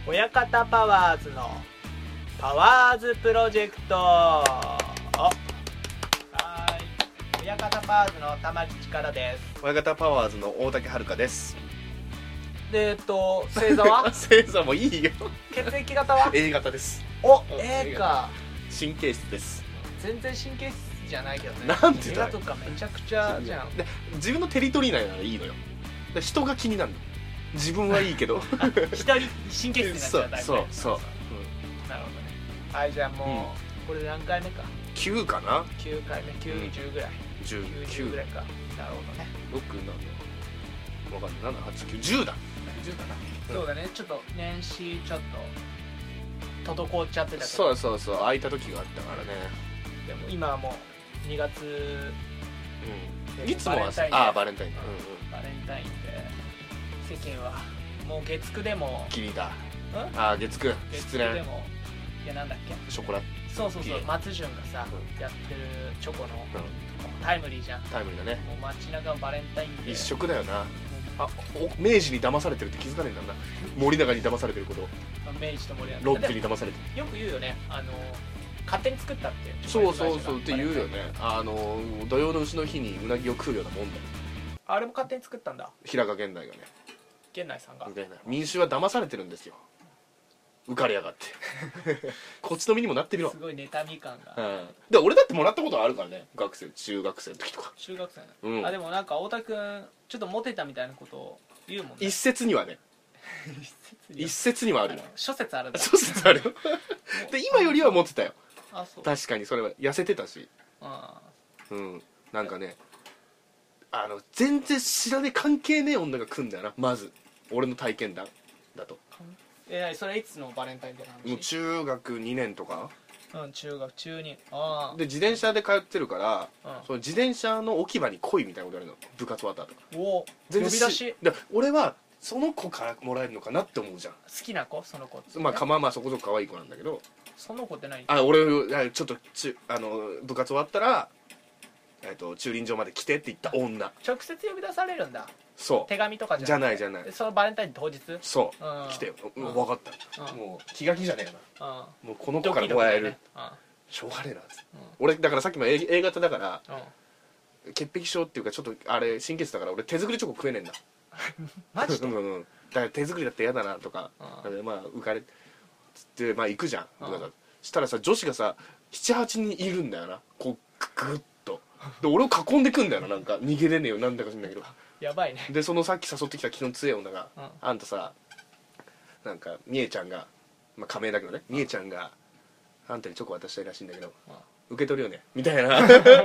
親方パワーズのパワーズプロジェクト。親方パワーズの玉木力です。 親方パワーズの大竹遥です。 で星座は星座もいいよ。 血液型は A 型です。 お、A か。 神経質です。 全然神経質じゃないけどね。 なんでだよ。 A とかめちゃくちゃじゃん。 自分のテリトリー内ならいいのよ。人が気になるの。自分はいいけど一人神経質になっちゃうタイプね。 そう、 なるほどね。はい、じゃあもう、これで何回目か。 9かな。 9回目、9、10ぐらい。 10 ぐらいか。なるほどね。 6なんだ。わかんない。7、8、9、10だ。 10かな。そうだね。ちょっと年始ちょっと滞っちゃってたけど。 そう空いた時があったからね。 でも今はもう2月、 いつもはバレンタイン。 バレンタインで世間はもう月9でもギリだ。月9 月9でもいやなんだっけ、 ショコラ。 そう松潤がさ、やってるチョコのタイムリーじゃん。 タイムリーだね。 もう街中はバレンタインで一色だよな。明治に騙されてるって気づかねえんだな。森永に騙されてること。 明治と森永、 ロックに騙されてる。 よく言うよね。勝手に作ったって。 そうって言うよね。土曜の丑の日にうなぎを食うようなもんだよ。 あれも勝手に作ったんだ。 平賀源内がね。 源内さんが。 民衆は騙されてるんですよ。浮かれやがってこっちの身にもなってみろ。 すごい妬み感が。 で俺だってもらったことあるからね。中学生の時とか。 中学生ね。でもなんか太田君ちょっとモテたみたいなことを言うもんね。 一説にはね。一説にはあるよ。 諸説ある。 諸説あるよで今よりはモテたよ。 そう。 確かにそれは痩せてたし。なんかね、全然知らねえ関係ねえ女が来んだよな。まず俺の体験談だと。 それいつのバレンタインデーの話？ もう中学2年とか。 中学中2。 で自転車で通ってるから、その自転車の置き場に来いみたいなことやるの。部活終わったとか。 呼び出しで俺はその子からもらえるのかなって思うじゃん。 好きな子？その子って、 まあそこそこ可愛い子なんだけど。 その子って何？ 俺ちょっと部活終わったら駐輪場まで来てって言った女。 直接呼び出されるんだ。 そう。 手紙とかじゃない。 そのバレンタイン当日？ そう。来てよ。分かった。もう気が気じゃねえな。もうこの子からもらえる。しょうがねえな。俺だからさっきも A 型だから潔癖症っていうかちょっとあれ神経質だから俺手作りチョコ食えねえんだ。 マジで？ だから手作りだって嫌だなとか。まあ浮かれつってまあ行くじゃん。したらさ女子がさ 7,8 人いるんだよな。こうグッと。で俺を囲んでくんだよな。なんか逃げれねえよなんだか知んないけど。 やばいね。 でそのさっき誘ってきた気の強い女が、あんたさなんかみえちゃんが、まあ仮名だけどね、みえちゃんがあんたにチョコ渡したいらしいんだけど、受け取るよねみたいな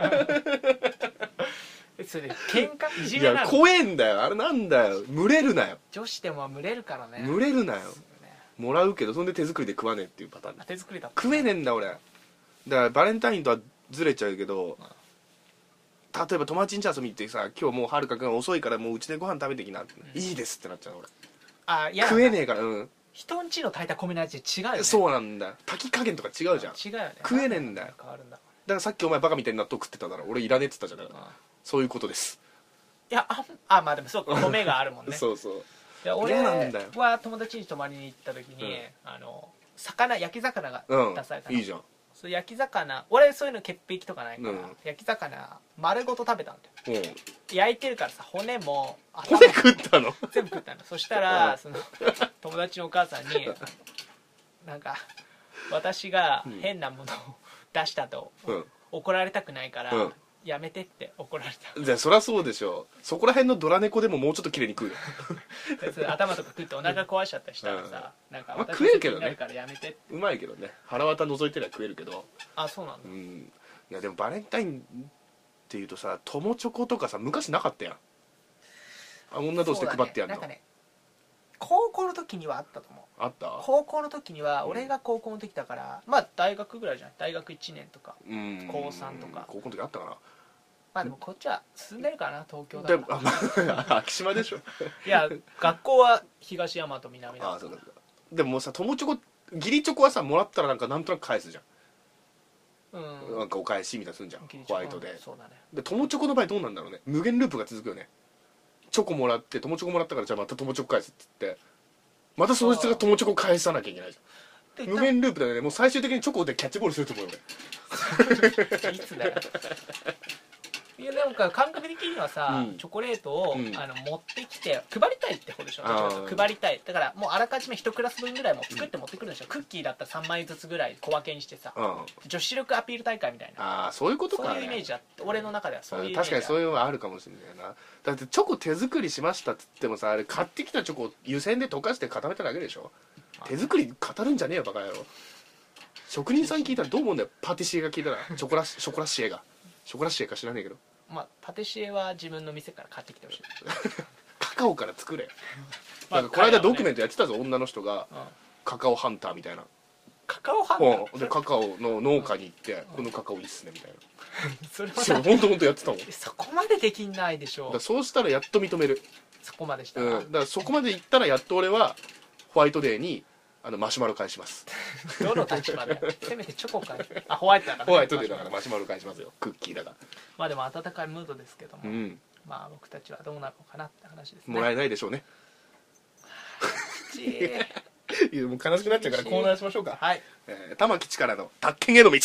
それ喧嘩いじめなの？ いや怖えんだよ。あれなんだよ。群れるなよ。 女子でも群れるからね。 群れるなよ。もらうけどそんで手作りで食わねえっていうパターン。 手作りだ。 食えねえんだ俺。だからバレンタインとはずれちゃうけど、例えば友達ん家遊びに行ってさ、今日もうはるか君遅いからもううちでご飯食べてきなって、いいですってなっちゃう俺。食えねえから。 人ん家の炊いた米の味違うよね。 そうなんだ。炊き加減とか違うじゃん。 違うよね。 食えねえんだよ。だからさっきお前バカみたいに納豆食ってただろ。俺いらねえって言ったじゃん。そういうことです。 いやまあでもそうか、米があるもんね。 そう俺は友達に泊まりに行った時に焼き魚が出されたの。 いいじゃん。 焼き魚、俺そういうの潔癖とかないから焼き魚丸ごと食べたんだよ。焼いてるからさ、骨も骨食ったの？ 全部食ったの。そしたらその友達のお母さんになんか私が変なものを出したと怒られたくないからやめてって怒られた。 じゃあそりゃそうでしょ。そこら辺のドラ猫でももうちょっと綺麗に食うよ頭とか食ってお腹壊しちゃったりしたらさ、なんか食えるけどね。 からやめて。 うまいけどね。腹渡覗いてりゃ食えるけど。 そうなんだ。 いやでもバレンタインっていうとさ、友チョコとかさ昔なかったやん。女同士で配ってやるの。 なんかね、高校の時にはあったと思う。 あった？ 高校の時には俺が高校の時だからまあ大学ぐらいじゃない。大学1年とか高3とか。 高校の時あったかな。 まあでもこっちは住んでるからな、東京だから昭島でしょいや学校は東山と南だ。 そうだ。でもさ、友チョコ義理チョコはさもらったらなんとなく返すじゃん。なんかお返しみたいなするじゃん、ホワイトで。 そうだね。 で友チョコの場合どうなんだろうね。無限ループが続くよね。チョコもらって友チョコもらったからじゃあまた友チョコ返すっつってまたそいつが友チョコ返さなきゃいけないじゃん。無限ループだよね。もう最終的にチョコでキャッチボールすると思うよいつだよ。いやでも感覚的にはさ、チョコレートを、持ってきて配りたいってことでしょ。配りたい。だからもうあらかじめ1クラス分ぐらいも作って持ってくるんでしょ。クッキーだったら3枚ずつぐらい小分けにしてさ、女子力アピール大会みたいな。 ああ、そういうことか、ね。 そういうイメージだって、俺の中ではそういうイメージ。 確かにそういうのがあるかもしれないな。だってチョコ手作りしましたっつってもさ、あれ買ってきたチョコを湯煎で溶かして固めただけでしょ。手作り語るんじゃねえよバカ野郎。職人さん聞いたらどう思うんだよ。パティシエが聞いたらショコラシエがショコラシエか知らねえけど、 まあパティシエは自分の店から買ってきてほしいカカオから作れ。なんかこの間ドキュメントやってたぞ、女の人がカカオハンターみたいな。 カカオハンターでカカオの農家に行ってこのカカオいいっすねみたいな。 それはそう本当やってたもん。 そこまでできないでしょ。 だそうしたらやっと認める。 そこまでしたら、 だからそこまでいったらやっと俺はホワイトデーにマシュマロ返します。 どの立場でせめてチョコかあホワイトだから、 ホワイトデーだからマシュマロ返しますよ。クッキーだから。 まあでも温かいムードですけども、まあ僕たちはどうなるのかなって話ですね。 もらえないでしょうね。いやもう悲しくなっちゃうからコーナーしましょうか。 はい、 玉木力の宅建への道。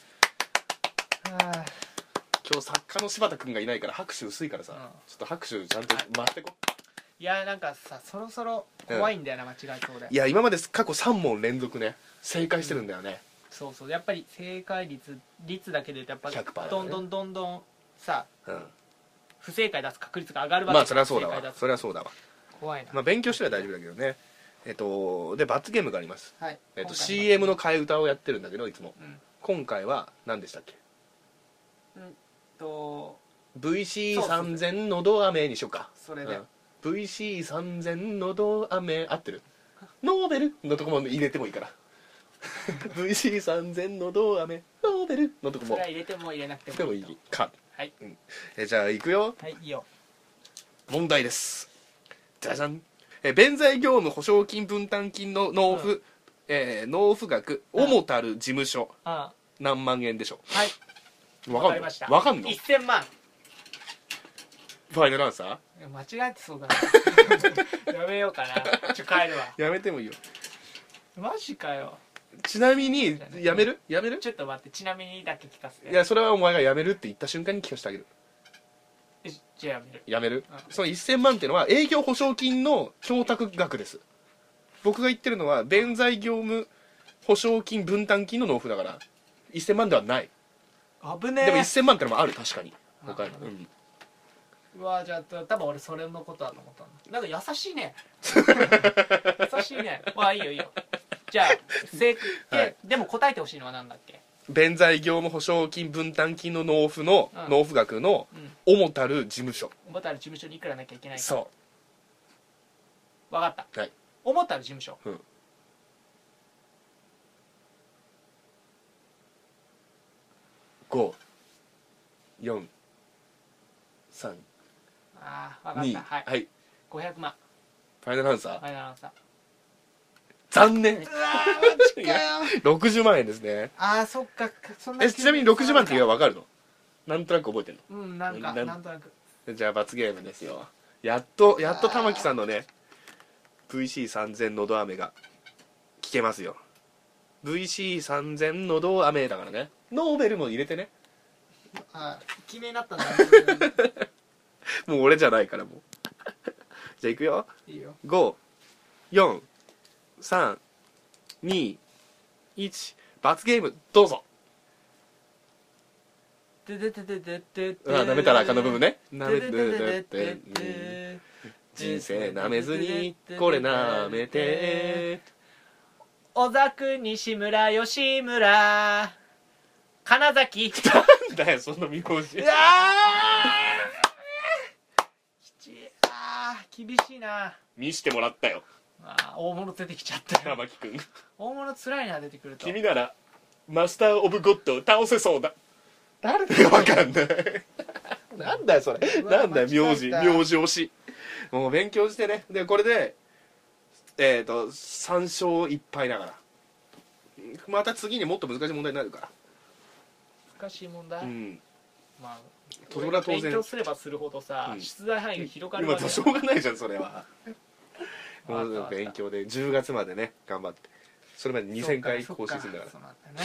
今日作家の柴田君がいないから拍手薄いからさ、ちょっと拍手ちゃんと待ってこ。 いやなんかさそろそろ怖いんだよな、間違えそうで。 いや今まで過去3問連続ね正解してるんだよね。 そうそう、やっぱり正解率だけでやっぱり 100% どんどんさ、不正解出す確率が上がるわけ。 まあそりゃそうだわ。そりゃそうだわ。 怖いな。 まあ勉強しては大丈夫だけどね。で罰ゲームがあります。 はい。 CM の替え歌をやってるんだけどいつも。今回は何でしたっけ？VC3000 のど飴にしようか。 それで。 VC3000 のど飴合ってる？ノーベルのとこも入れてもいいから。VC3000 のど飴ノーベルのとこも。 それは入れても入れなくてもいいか。 はい。 じゃあ行くよ。 はい、いいよ。 問題です。じゃじゃん。弁済業務保証金分担金の納付額主たる事務所何万円でしょう。 はい。 わかりました。わかんの ？1000万。 ファイナルアンサー？ 間違えてそうだな。やめようかな。帰るわ。 やめてもいいよ。 マジかよ。 ちなみにやめる？ ちょっと待って、ちなみにだけ聞かせて。 いやそれはお前がやめるって言った瞬間に聞かせてあげる。 じゃあやめる。 やめる？その1000万っていうのは営業保証金の供託額です。僕が言ってるのは弁済業務保証金分担金の納付だから1000万ではない。 危ねえ。 でも1000万ってのもある。確かに他に。 うわじゃあ多分俺それのことだと思ったんだ。なんか優しいね。優しいね。まあいいよいいよ。じゃあでも答えてほしいのは何だっけ？ 弁済業務保証金分担金の納付額の主たる事務所。 主たる事務所にいくらなきゃいけないか。 そう。 分かった。 はい。 主たる事務所。 5、4、3、 ああ、分かった。はい。500万。 ファイナルアンサー？ ファイナルアンサー。 残念。 うわマジかよ。 60万円ですね。 ああ、そっか。そんな。 ちなみに60万って言えば分かるの？なんとなく覚えてるの？ なんとなく。 じゃあ罰ゲームですよ。やっと玉木さんのね VC3000 のど飴が聞けますよ。 VC3000 のど飴だからね。ノーベルも入れてね。 決めになったんだ。 もう俺じゃないからもう。じゃあいくよ。 いいよ。 5、4、3、2、1罰ゲームどうぞ。なめたらあかんの部分ね。なめて人生なめずにこれなめて。 小沢西村吉村金崎。 なんだよその名字。 厳しいな。 見してもらったよ。 大物出てきちゃったよ。 玉木くん。 大物つらいな出てくると。 君ならマスターオブゴッドを倒せそうだ。誰だか分かんない。なんだよそれ。なんだよ名字推し。もう勉強してね。でこれで3勝1敗だから。また次にもっと難しい問題になるから。 難しい問題。まあそれは当然勉強すればするほどさ、出題範囲が広がるわけだ。 しょうがないじゃんそれは。 もう勉強で10月までね頑張って、それまで2000回更新するんだから。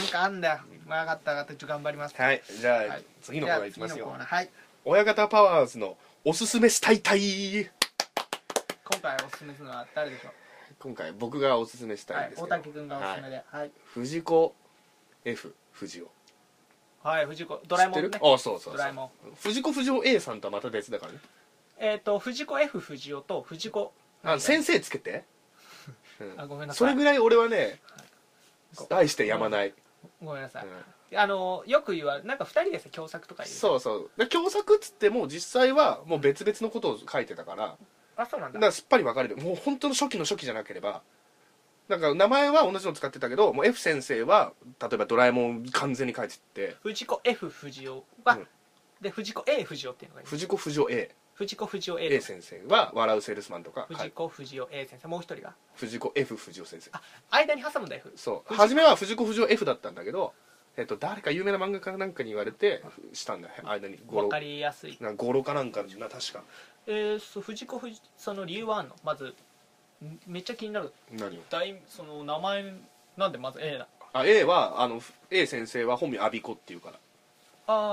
なんかあんだよ。分かった分かった、ちょっと頑張ります。 はい、じゃあ次のコーナーいきますよ。 はい、 親方パワーズのおすすめしたいたい。 今回おすすめするのは誰でしょう。 今回僕がおすすめしたいんですけど、 大竹君がおすすめで、 藤子 F 不二雄。 はい、藤子ドラえもんね。 あ、そうドラえもん。 藤子不二雄 A さんとはまた別だからね。 藤子 F 不二雄と藤子先生つけて。 ごめんなさい。 それぐらい俺はね愛してやまない。 ごめんなさい。よく言われなんか2人でさ共作とか言う。 そうそう。共作っつっても実際はもう別々のことを書いてたから。 あ、そうなんだ。 だからすっぱり分かれる。もう本当の初期の初期じゃなければ。なんか名前は同じの使ってたけど、もう F 先生は例えばドラえもん完全に書いてて、 藤子 F 不二雄は、で藤子 A 不二雄っていうのがいい。 藤子不二雄 A。 藤子不二雄 A 先生は笑うセールスマンとか。 藤子不二雄 A 先生、もう一人が藤子 F 不二雄先生。 間に挟むんだ F。 そう初めは藤子不二雄 F だったんだけど、誰か有名な漫画家なんかに言われてしたんだよ、間に。 分かりやすい語呂かなんかな、確か。 藤子その理由はあんの？まずめっちゃ気になる。 何を？ その名前なんでまず A だ。 A はA 先生は本名阿鼻子っていうから。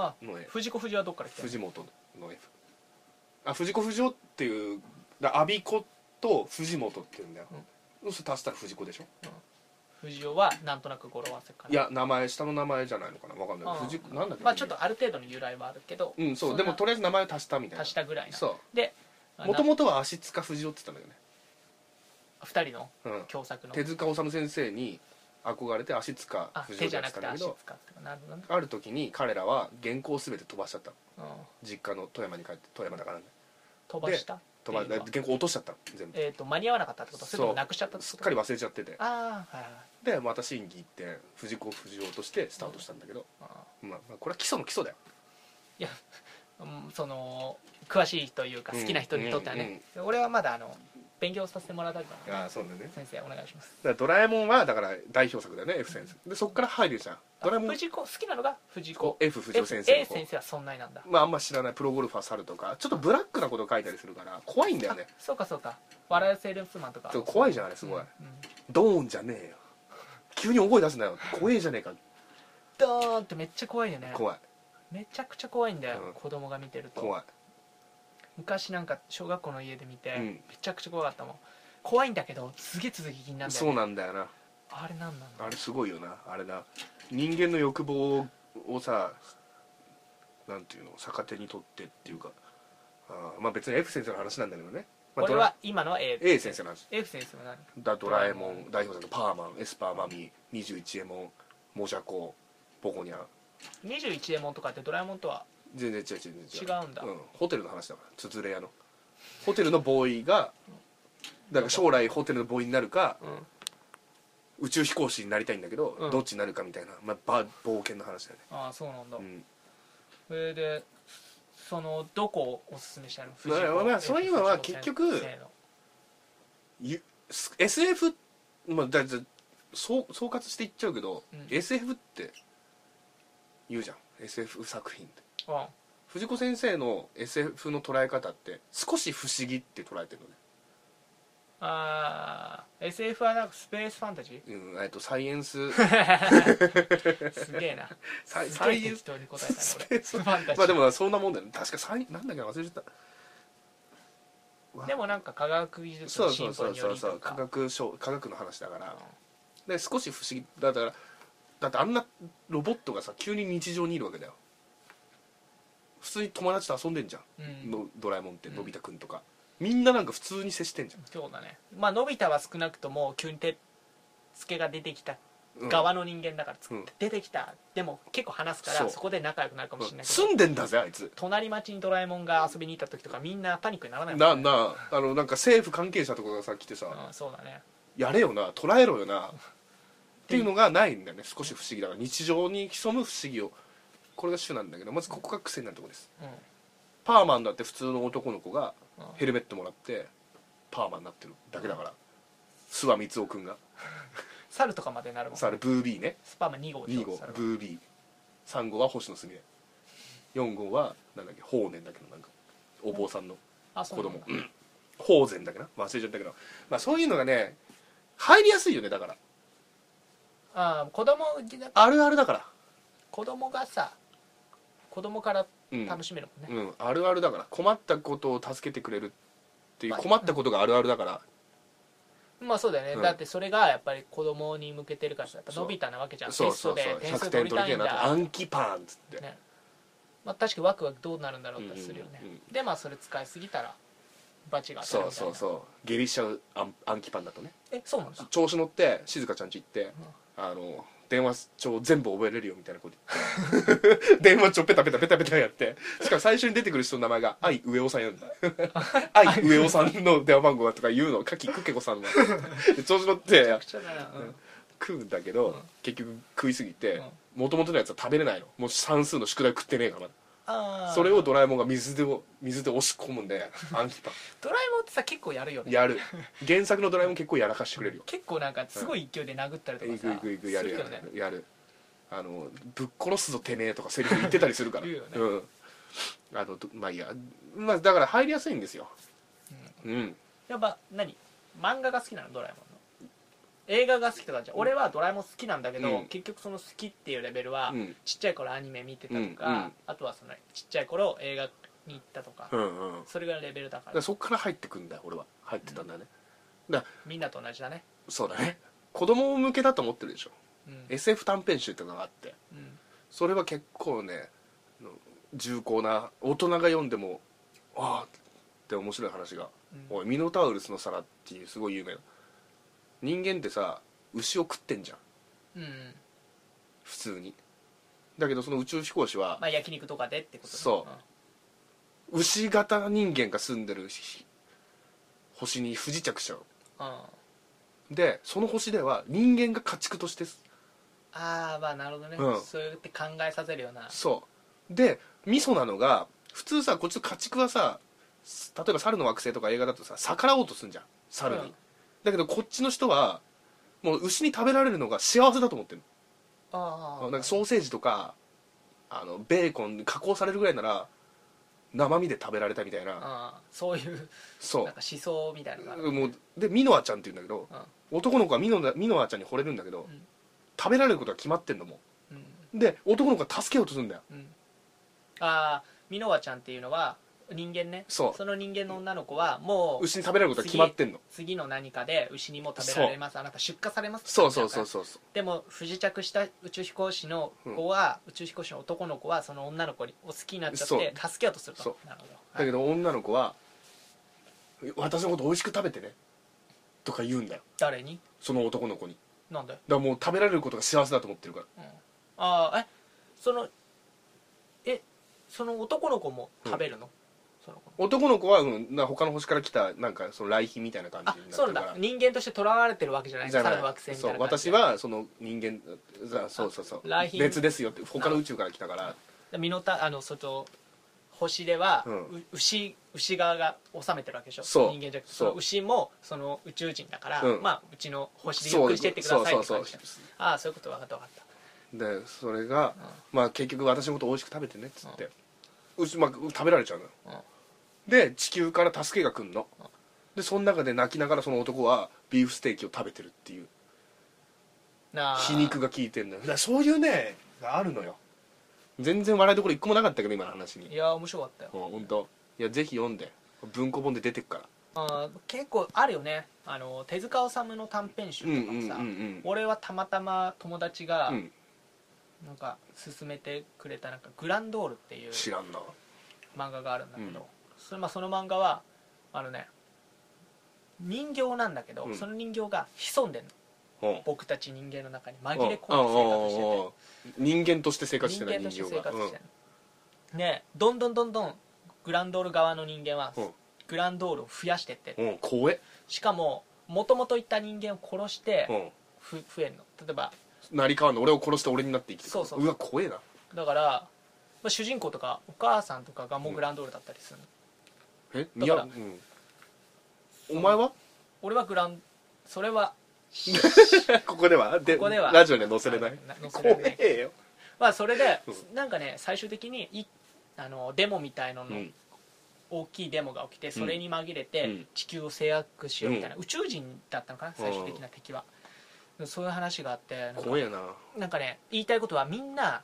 藤子不二雄はどっから来てる？ 藤本の F。藤子不二雄っていう阿鼻子と藤本っていうんだよ。それ足したら藤子でしょ。 藤雄はなんとなく語呂合わせかな。 いや名前下の名前じゃないのかな、分かんない。藤子なんだっけ。 まあちょっとある程度の由来はあるけど。 そう。でもとりあえず名前を足したみたいな。 足したぐらいな。 そうでもともとは足塚不二雄って言ったんだよね。 2人の共作の手塚治虫先生に憧れて足塚不二雄だったんだけど、ある時に彼らは原稿を全て飛ばしちゃったの。実家の富山に帰って、富山だからね。 飛ばした原稿落としちゃったの全部。 間に合わなかったってこと？それともなくしちゃったってこと？ すっかり忘れちゃってて。 でまた審議行って藤子不二雄としてスタートしたんだけど、まあこれは基礎の基礎だよ。 いやその詳しいというか好きな人にとってはね。俺はまだ勉強させてもらったから。 そうだね。 先生お願いします。 だからドラえもんはだから代表作だよね、 F 先生で。そっから入るじゃん。ドラえもん藤子好きなのが藤子 F 不二雄先生。 A 先生はそんなになんだ。 まああんま知らない。プロゴルファー猿とかちょっとブラックなこと書いたりするから怖いんだよね。 そうかそうか。笑うセールスマンとかちょっと怖いじゃんあれすごい。ドーンじゃねえよ、急に大声出すなよ、怖えじゃねえか。 ドーンってめっちゃ怖いよね。 怖い、 めちゃくちゃ怖いんだよ、子供が見てると。 怖い。 昔なんか小学校の家で見て、めちゃくちゃ怖かったもん。怖いんだけどすげえ続き気になるんだよね。 そうなんだよな。 あれなんなんだ。 あれすごいよな。あれな、人間の欲望をさ、なんていうの、逆手に取ってっていうか、まあ別に F 先生の話なんだけどね。 これは今のは A 先生の話。 F 先生は何？ドラえもん代表作のパーマン、エスパーマミー、21エモン、モジャコ、ポコニャン。 21エモンとかってドラえもんとは全然違うんだ。 ホテルの話だから。つづれ屋のホテルのボーイがだから将来ホテルのボーイになるか、宇宙飛行士になりたいんだけど、どっちになるかみたいな、冒険の話だよね。 ああそうなんだ。それでそのどこをおすすめしたの？ まあそういうのは結局 SF、まあ総括していっちゃうけど、SF って言うじゃん、 SF 作品って。藤子先生の SF の捉え方って少し不思議って捉えてるのね。 SF はなんかスペースファンタジー？ サイエンスすげえな。 サイエンス適当に答えたね俺。ファンタジー。 まあでもそんなもんだよね。確かなんだっけ忘れちゃった。 でもなんか科学技術の進歩によりとか、 科学の話だから、で少し不思議だってあんなロボットがさ急に日常にいるわけだよ。普通に友達と遊んでんじゃん、ドラえもんってのび太くんとか、みんななんか普通に接してんじゃん。 そうだね。まあのび太は少なくとも急に手つけが出てきた側の人間だから、出てきたでも結構話すから、そこで仲良くなるかもしれないけど、 住んでんだぜあいつ。 隣町にドラえもんが遊びに行った時とかみんなパニックにならないもんね。 なんか政府関係者とかがさ来てさ、 そうだね、 やれよな、捉えろよなっていうのがないんだよね。少し不思議だから、日常に潜む不思議を、これが主なんだけど、まずここが癖になるところです。パーマンだって普通の男の子がヘルメットもらってパーマンになってるだけだから。諏訪光雄くんが猿とかまでなるもん。 猿ブービーね。 スパーマ2号 2号ブービー、3号は星野すみれ、4号はなんだっけ法然だけど、なんかお坊さんの子供宝禅だけな忘れちゃったけど、まあそういうのがね入りやすいよね。だから子供あるあるだから、 子供がさ子供から楽しめるもんね、 あるあるだから、困ったことを助けてくれるっていう、困ったことがあるあるだから、 まあそうだよね、だってそれがやっぱり子供に向けてるからさ、やっぱのび太なわけじゃん。テストで点数取りたいんだ、 暗記パンっつって、 ね、まあ、確かにワクワクどうなるんだろうってするよね、でまあそれ使いすぎたらバチが当たるみたいな。 そう下痢しちゃう暗記パンだとね。 そうなんだ。 調子乗って静香ちゃん家行って、電話帳全部覚えれるよみたいなこと言って電話帳ペタペタやって、しかも最初に出てくる人の名前が愛上尾さんやんだ愛上尾さんの電話番号とか言うのかきくけこさんは調子乗って食うんだけど、結局食いすぎてもともとのやつは食べれないの。もう算数の宿題食ってねえからまだ。それをドラえもんが水で押し込むんで暗記パンドラえもんってさ結構やるよね。 やる。原作のドラえもん結構やらかしてくれるよ。 結構なんかすごい勢いで殴ったりとかさ、 いくやるぶっ殺すぞてめえとかセリフ言ってたりするからまあいいや、まあだから入りやすいんですよ。 やっぱ漫画が好きなのドラえもんの。映画が好きとかじゃ、俺はドラえもん好きなんだけど、結局その好きっていうレベルは、ちっちゃい頃アニメ見てたとか、あとはそのちっちゃい頃映画に行ったとか、それがレベルだから。 そっから入ってくんだよ。俺は入ってたんだね。 みんなと同じだね。 そうだね。子供向けだと思ってるでしょ。SF 短編集っていうのがあって、それは結構ね重厚な、大人が読んでもああって面白い話が、おいミノタウルスの皿っていうすごい有名な、人間ってさ牛を食ってんじゃん、普通に。だけどその宇宙飛行士は、 まあ焼肉とかでってことね。 そう、牛型人間が住んでる星に不時着しちゃう。でその星では人間が家畜としてまあなるほどね、そうやって考えさせるような。 そうでミソなのが、普通さこっちの家畜はさ、例えば猿の惑星とか映画だとさ逆らおうとするんじゃん猿に、だけどこっちの人はもう牛に食べられるのが幸せだと思ってるの。なんかソーセージとかベーコン加工されるぐらいなら生身で食べられたみたいな、 そういうなんか思想みたいなのがある、 もうでミノアちゃんって言うんだけど、男の子はミノアちゃんに惚れるんだけど、食べられることが決まってんのも、で男の子が助けようとするんだよ、 ミノアちゃんっていうのは人間ね。その人間の女の子はもう牛に食べられることが決まってんの。 次の何かで牛にも食べられます、あなた出荷されます。 そうでも不時着した宇宙飛行士の子は、宇宙飛行士の男の子はその女の子を好きになっちゃって助けようとすると。なるほど。 だけど女の子は私のこと美味しく食べてねとか言うんだよ。 誰に？ その男の子に。 なんで？ だからもう食べられることが幸せだと思ってるから。 その男の子も食べるの？ 男の子は、他の星から来たなんかその来賓みたいな感じになってるから。 そうなんだ。人間として囚われてるわけじゃない。猿の惑星みたいな感じ。 私はその人間別ですよって、他の宇宙から来たから。 星では、牛側が治めてるわけでしょ。人間じゃなくてその牛もその宇宙人だから、まあうちの星でゆっくりしてってくださいって感じ。そういうこと。分かったでそれが、まあ結局私のこと美味しく食べてねっつって、食べられちゃうのよ。で地球から助けが来るの。でその中で泣きながらその男はビーフステーキを食べてるっていう、皮肉が効いてるのよ。だからそういうねがあるのよ。全然笑いどころ一個もなかったけど今の話に。 いや面白かったよ。 本当。いやぜひ読んで、文庫本で出てくから。 結構あるよね。手塚治虫の短編集とかさ、俺はたまたま友達がなんか勧めてくれたなんかグランドールっていう知らんな漫画があるんだけど、その漫画は人形なんだけど、その人形が潜んでんの。僕たち人間の中に紛れ込んで生活してて、 人間として生活してない人形がね、どんどんグランドール側の人間はグランドールを増やしてって、 怖え。しかももともといた人間を殺して増えるの。例えば成り代わるの。俺を殺して俺になって生きてくる。 そううわ怖えな。 だから主人公とかお母さんとかがもうグランドールだったりするの。 いや、お前は？ 俺はそれはここではラジオには載せれない。怖えよ。 まあそれでなんかね、最終的にデモみたいなの大きいデモが起きて、それに紛れて地球を制圧しようみたいな、宇宙人だったのかな最終的な敵は。そういう話があって、 怖えな。 なんかね、言いたいことはみんな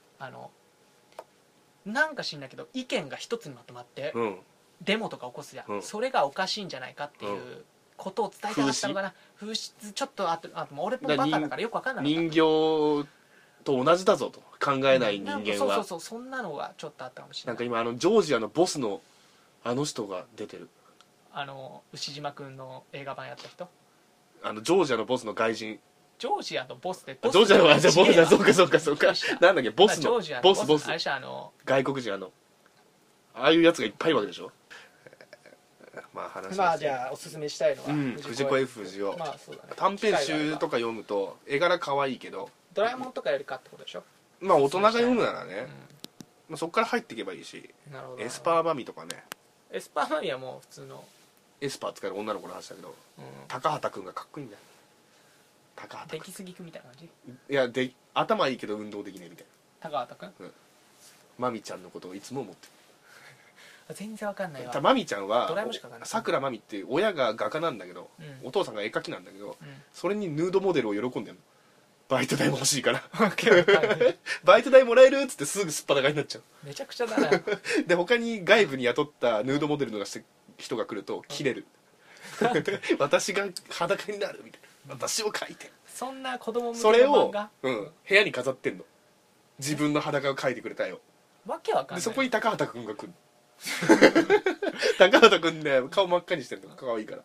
なんか知んないけど意見が一つにまとまって、デモとか起こすじゃん、それがおかしいんじゃないかっていうことを伝えたかったのかな。風刺ちょっとあともう俺もバカだからよく分かんなかった。 人形と同じだぞと考えない人間は、 そうそんなのがちょっとあったかもしれない。 なんか今ジョージアのボスの人が出てる、 牛島君の映画版やった人、 ジョージアのボスの外人、 ジョージアのボスで、 ジョージアのボスだ、そうかなんだっけ、ボスのボスあれじゃ外国人、ああいうやつがいっぱいいるわけでしょ。まあ話まあじゃあおすすめしたいのは藤子 F 不二雄、 まあそうだね、 短編集とか読むと絵柄可愛いけど、 ドラえもんとかよりかってことでしょ。 まあ大人が読むならね、まあそこから入っていけばいいし、エスパーマミとかね。 エスパーマミはもう普通のエスパー使える女の子の話だけど、高畑君がかっこいいんだよ。高畑出来すぎくみたいな感じ。 いや頭いいけど運動できねえみたいな。高畑君、 マミちゃんのことをいつも思ってる。 全然わかんないわ。 マミちゃんはさくらまみって親が画家なんだけど、お父さんが絵描きなんだけど、それにヌードモデルを喜んでるの。バイト代も欲しいからバイト代もらえるっつってすぐすっぱだかになっちゃう。 めちゃくちゃだなで他に外部に雇ったヌードモデルの人が来るとキレる私が裸になるみたいな、私を描いて、 そんな子供向それを、 けの漫画、 部屋に飾ってんの。自分の裸を描いてくれたよ。 わけわかんない。 でそこに高畑君が来る高畑君ね、顔真っ赤にしてるの可愛いから。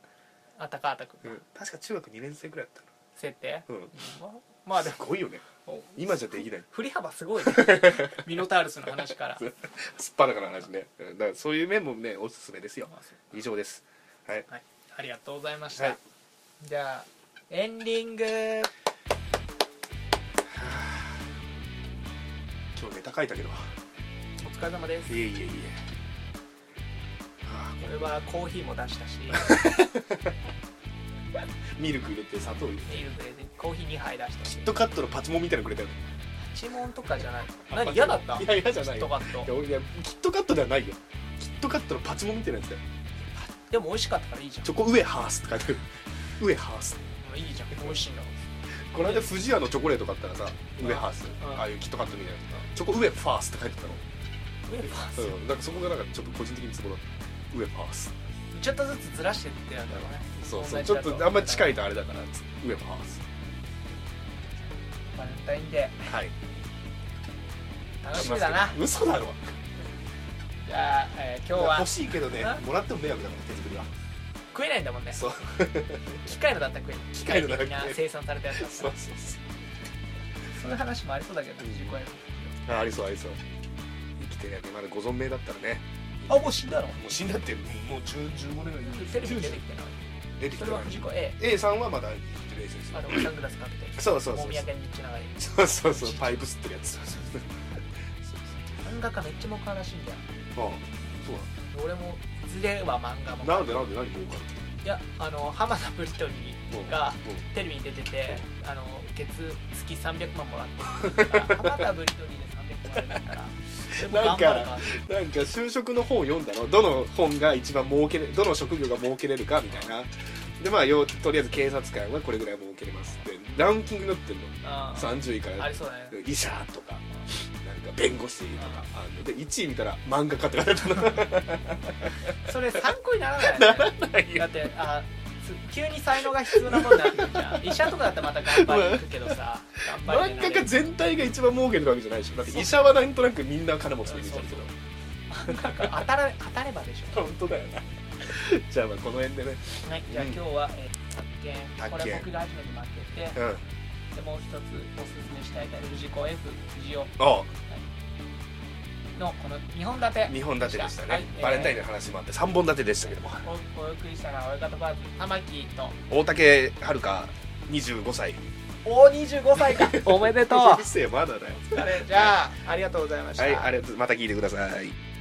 高畑君、 確か中学2年生くらいだったの設定、まあでもすごいよね。今じゃできない。 振り幅すごいねミノタウルスの話からすっぱだから話ね。だからそういう面もねおすすめですよ。以上です。はい、 ありがとうございました。じゃあエンディング。 今日ネタ書いたけどお疲れ様です。 いえこれはコーヒーも出したしミルク入れて砂糖入れてミルク入れてコーヒー2杯出したし、 キットカットのパチモンみたいなのくれたよ。 パチモンとかじゃない。何嫌だった？ いや嫌じゃないよ。 キットカット。 いやキットカットではないよ。キットカットのパチモンみたいなやつだよ。 でも美味しかったからいいじゃん。 チョコウエハースって書いてある。ウエハースいいじゃん、美味しいんだ。 この間不二家のチョコレート買ったらさ、ウエハース、ああいうキットカットみたいなチョコウエファースって書いてたの。 ウエファース、 なんかそこがなんかちょっと個人的にツボだった。ウエファースちょっとずつずらしてってやるんだろうね。 そうちょっとあんまり近いとあれだからウエファース。 バレンタインデー、 はい、 楽しみだな。 嘘だろ。 じゃあ、今日は欲しいけどね、もらっても迷惑だから手作りは食えないんだもんね。 そう機械のだったら食えない。機械的な生産されたやつだったら。そういう話もありそうだけど、自己ありそう生きてね、まだご存命だったらね。 もう死んだの？ もう死んだって、もう15年ぐらいテレビ出てきてない。 出てきてない。 それは藤子 A さんはまだ生きてる A 先生。 サングラスかけて、 そうもみあげに道長い。 そうパイプ吸ってるやつ。 漫画家めっちゃ儲かるらしいんだよ。 ああ、そう俺もいずれは漫画も。 なんで何儲かる？ いや、浜田ブリトニーがテレビに出てて、月300万もらってるから、浜田ブリトニーで300万もらえるからなんか就職の本を読んだの。どの本が一番儲けれる、どの職業が儲けれるかみたいな。でまあとりあえず警察官はこれぐらい儲けれますってランキング載ってるの。30位からありそうだね。 医者とかなんか弁護士とかで1位見たら漫画家って書いてあったの。 それ参考にならないよね。 ならないよ。 だって急に才能が必要なものになってくるじゃん。医者とかだったらまた頑張りに行くけどさ、 漫画家全体が一番儲けてるわけじゃないでしょ。だって医者はなんとなくみんな金持ちのイメージあるけど、 当たればでしょ。 本当だよな。じゃあまあこの辺でね。 はい、じゃあ今日は宅建、これ僕が初めて負けて、でもう一つおすすめしたい藤子 F 不二雄のこの2本立てでしたね。バレンタインの話もあって3本立てでしたけども、お送りしたのは親方バーズ玉木と大竹遥25歳。 25歳か。おめでとう。 うるせえまだだよ。 じゃあありがとうございました。 はい、また聞いてください。